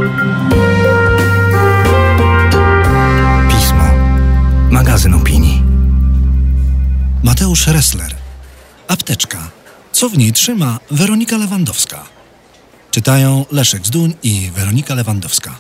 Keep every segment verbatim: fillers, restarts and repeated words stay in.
Pismo. Magazyn opinii. Mateusz Ressler. Apteczka. Co w niej trzyma Weronika Lewandowska? Czytają Leszek Zduń i Weronika Lewandowska.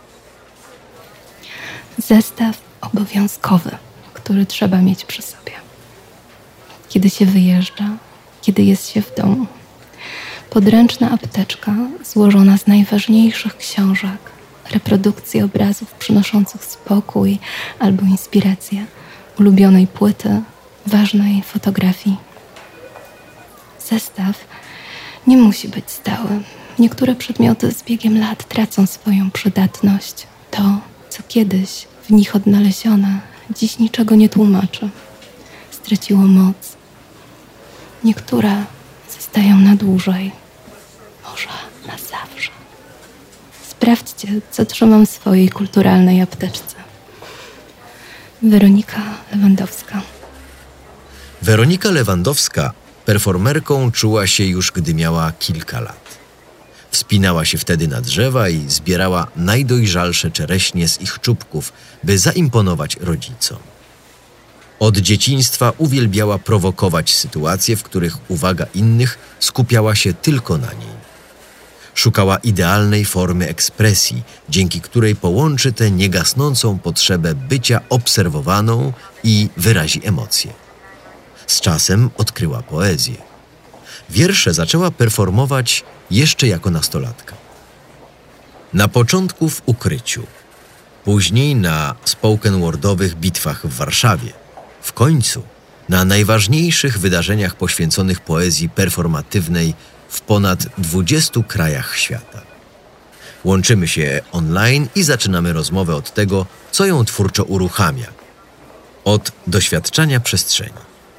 Zestaw obowiązkowy, który trzeba mieć przy sobie. Kiedy się wyjeżdża, kiedy jest się w domu. Podręczna apteczka złożona z najważniejszych książek, reprodukcji obrazów przynoszących spokój albo inspirację, ulubionej płyty, ważnej fotografii. Zestaw nie musi być stały. Niektóre przedmioty z biegiem lat tracą swoją przydatność. To, co kiedyś w nich odnalezione, dziś niczego nie tłumaczy. Straciło moc. Niektóre zostają na dłużej. Może na zawsze. Sprawdźcie, co trzymam w swojej kulturalnej apteczce. Weronika Lewandowska. Weronika Lewandowska performerką czuła się już, gdy miała kilka lat. Wspinała się wtedy na drzewa i zbierała najdojrzalsze czereśnie z ich czubków, by zaimponować rodzicom. Od dzieciństwa uwielbiała prowokować sytuacje, w których uwaga innych skupiała się tylko na niej. Szukała idealnej formy ekspresji, dzięki której połączy tę niegasnącą potrzebę bycia obserwowaną i wyrazi emocje. Z czasem odkryła poezję. Wiersze zaczęła performować jeszcze jako nastolatka. Na początku w ukryciu, później na spoken wordowych bitwach w Warszawie, w końcu na najważniejszych wydarzeniach poświęconych poezji performatywnej w ponad dwudziestu krajach świata. Łączymy się online i zaczynamy rozmowę od tego, co ją twórczo uruchamia. Od doświadczania przestrzeni.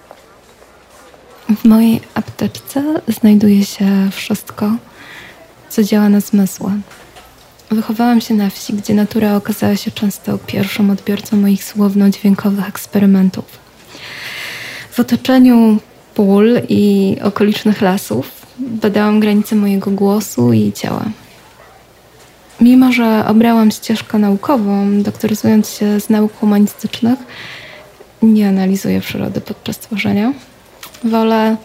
W mojej apteczce znajduje się wszystko, co działa na zmysły. Wychowałam się na wsi, gdzie natura okazała się często pierwszym odbiorcą moich słowno-dźwiękowych eksperymentów. W otoczeniu pól i okolicznych lasów badałam granice mojego głosu i ciała. Mimo że obrałam ścieżkę naukową, doktoryzując się z nauk humanistycznych, nie analizuję przyrody podczas tworzenia. Wolę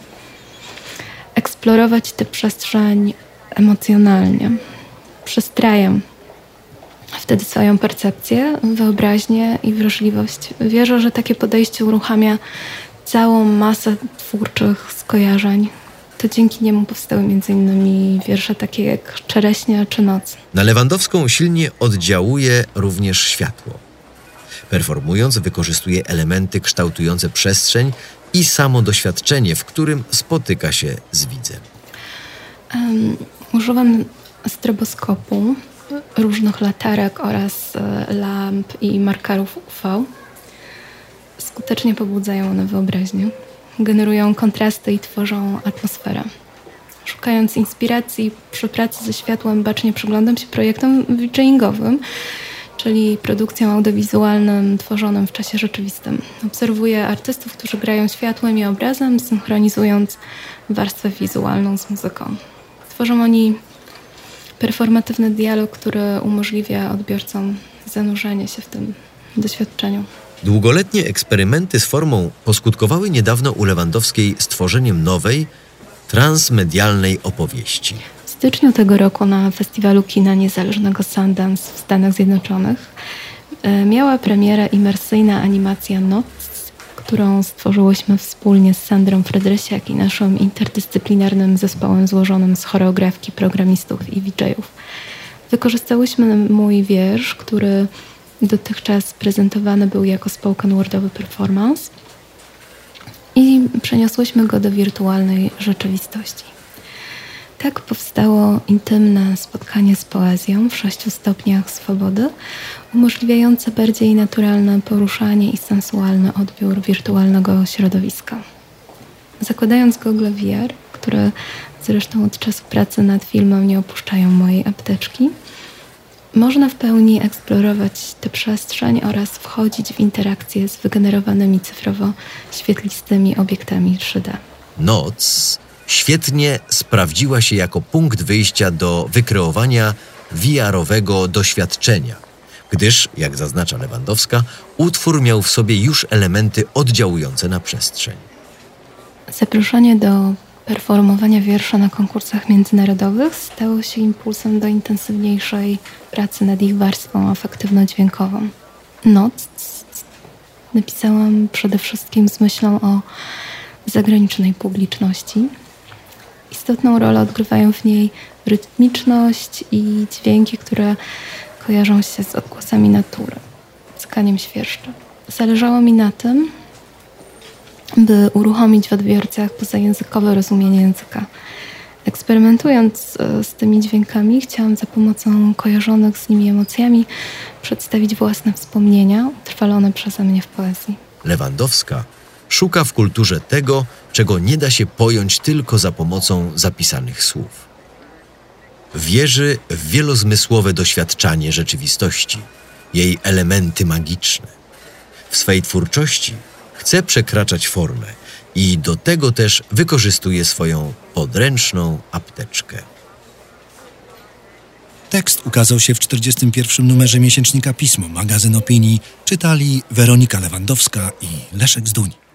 eksplorować tę przestrzeń emocjonalnie. Przestrajam wtedy swoją percepcję, wyobraźnię i wrażliwość. Wierzę, że takie podejście uruchamia całą masę twórczych skojarzeń. To dzięki niemu powstały między innymi wiersze takie jak Czereśnia czy Noc. Na Lewandowską silnie oddziałuje również światło. Performując, wykorzystuje elementy kształtujące przestrzeń i samo doświadczenie, w którym spotyka się z widzem. Um, używam stroboskopu, różnych latarek oraz lamp i markerów U V. Skutecznie pobudzają one wyobraźnię, generują kontrasty i tworzą atmosferę. Szukając inspiracji przy pracy ze światłem, bacznie przyglądam się projektom VJingowym, czyli produkcjom audiowizualnym tworzonym w czasie rzeczywistym. Obserwuję artystów, którzy grają światłem i obrazem, synchronizując warstwę wizualną z muzyką. Tworzą oni performatywny dialog, który umożliwia odbiorcom zanurzenie się w tym doświadczeniu. Długoletnie eksperymenty z formą poskutkowały niedawno u Lewandowskiej stworzeniem nowej, transmedialnej opowieści. W styczniu tego roku na Festiwalu Kina Niezależnego Sundance w Stanach Zjednoczonych miała premierę imersyjna animacja Noc, którą stworzyłyśmy wspólnie z Sandrą Fredrysiak i naszym interdyscyplinarnym zespołem złożonym z choreografki, programistów i V J-ów. Wykorzystałyśmy mój wiersz, który dotychczas prezentowany był jako spoken wordowy performance i przeniosłyśmy go do wirtualnej rzeczywistości. Tak powstało intymne spotkanie z poezją w sześciu stopniach swobody, umożliwiające bardziej naturalne poruszanie i sensualny odbiór wirtualnego środowiska. Zakładając gogle V R, które zresztą od czasu pracy nad filmem nie opuszczają mojej apteczki, można w pełni eksplorować tę przestrzeń oraz wchodzić w interakcję z wygenerowanymi cyfrowo świetlistymi obiektami trzy D. Noc świetnie sprawdziła się jako punkt wyjścia do wykreowania V R-owego doświadczenia, gdyż, jak zaznacza Lewandowska, utwór miał w sobie już elementy oddziałujące na przestrzeń. Zaproszenie do performowania wiersza na konkursach międzynarodowych stało się impulsem do intensywniejszej pracy nad ich warstwą afektywno-dźwiękową. Noc napisałam przede wszystkim z myślą o zagranicznej publiczności. Istotną rolę odgrywają w niej rytmiczność i dźwięki, które kojarzą się z odgłosami natury, cykaniem świerszczy. Zależało mi na tym, by uruchomić w odbiorcach pozajęzykowe rozumienie języka. Eksperymentując z, z tymi dźwiękami, chciałam za pomocą kojarzonych z nimi emocjami przedstawić własne wspomnienia utrwalone przeze mnie w poezji. Lewandowska szuka w kulturze tego, czego nie da się pojąć tylko za pomocą zapisanych słów. Wierzy w wielozmysłowe doświadczanie rzeczywistości, jej elementy magiczne. W swej twórczości chce przekraczać formę i do tego też wykorzystuje swoją podręczną apteczkę. Tekst ukazał się w czterdziestym pierwszym numerze miesięcznika Pismo, magazyn opinii. Czytali Weronika Lewandowska i Leszek Zduń.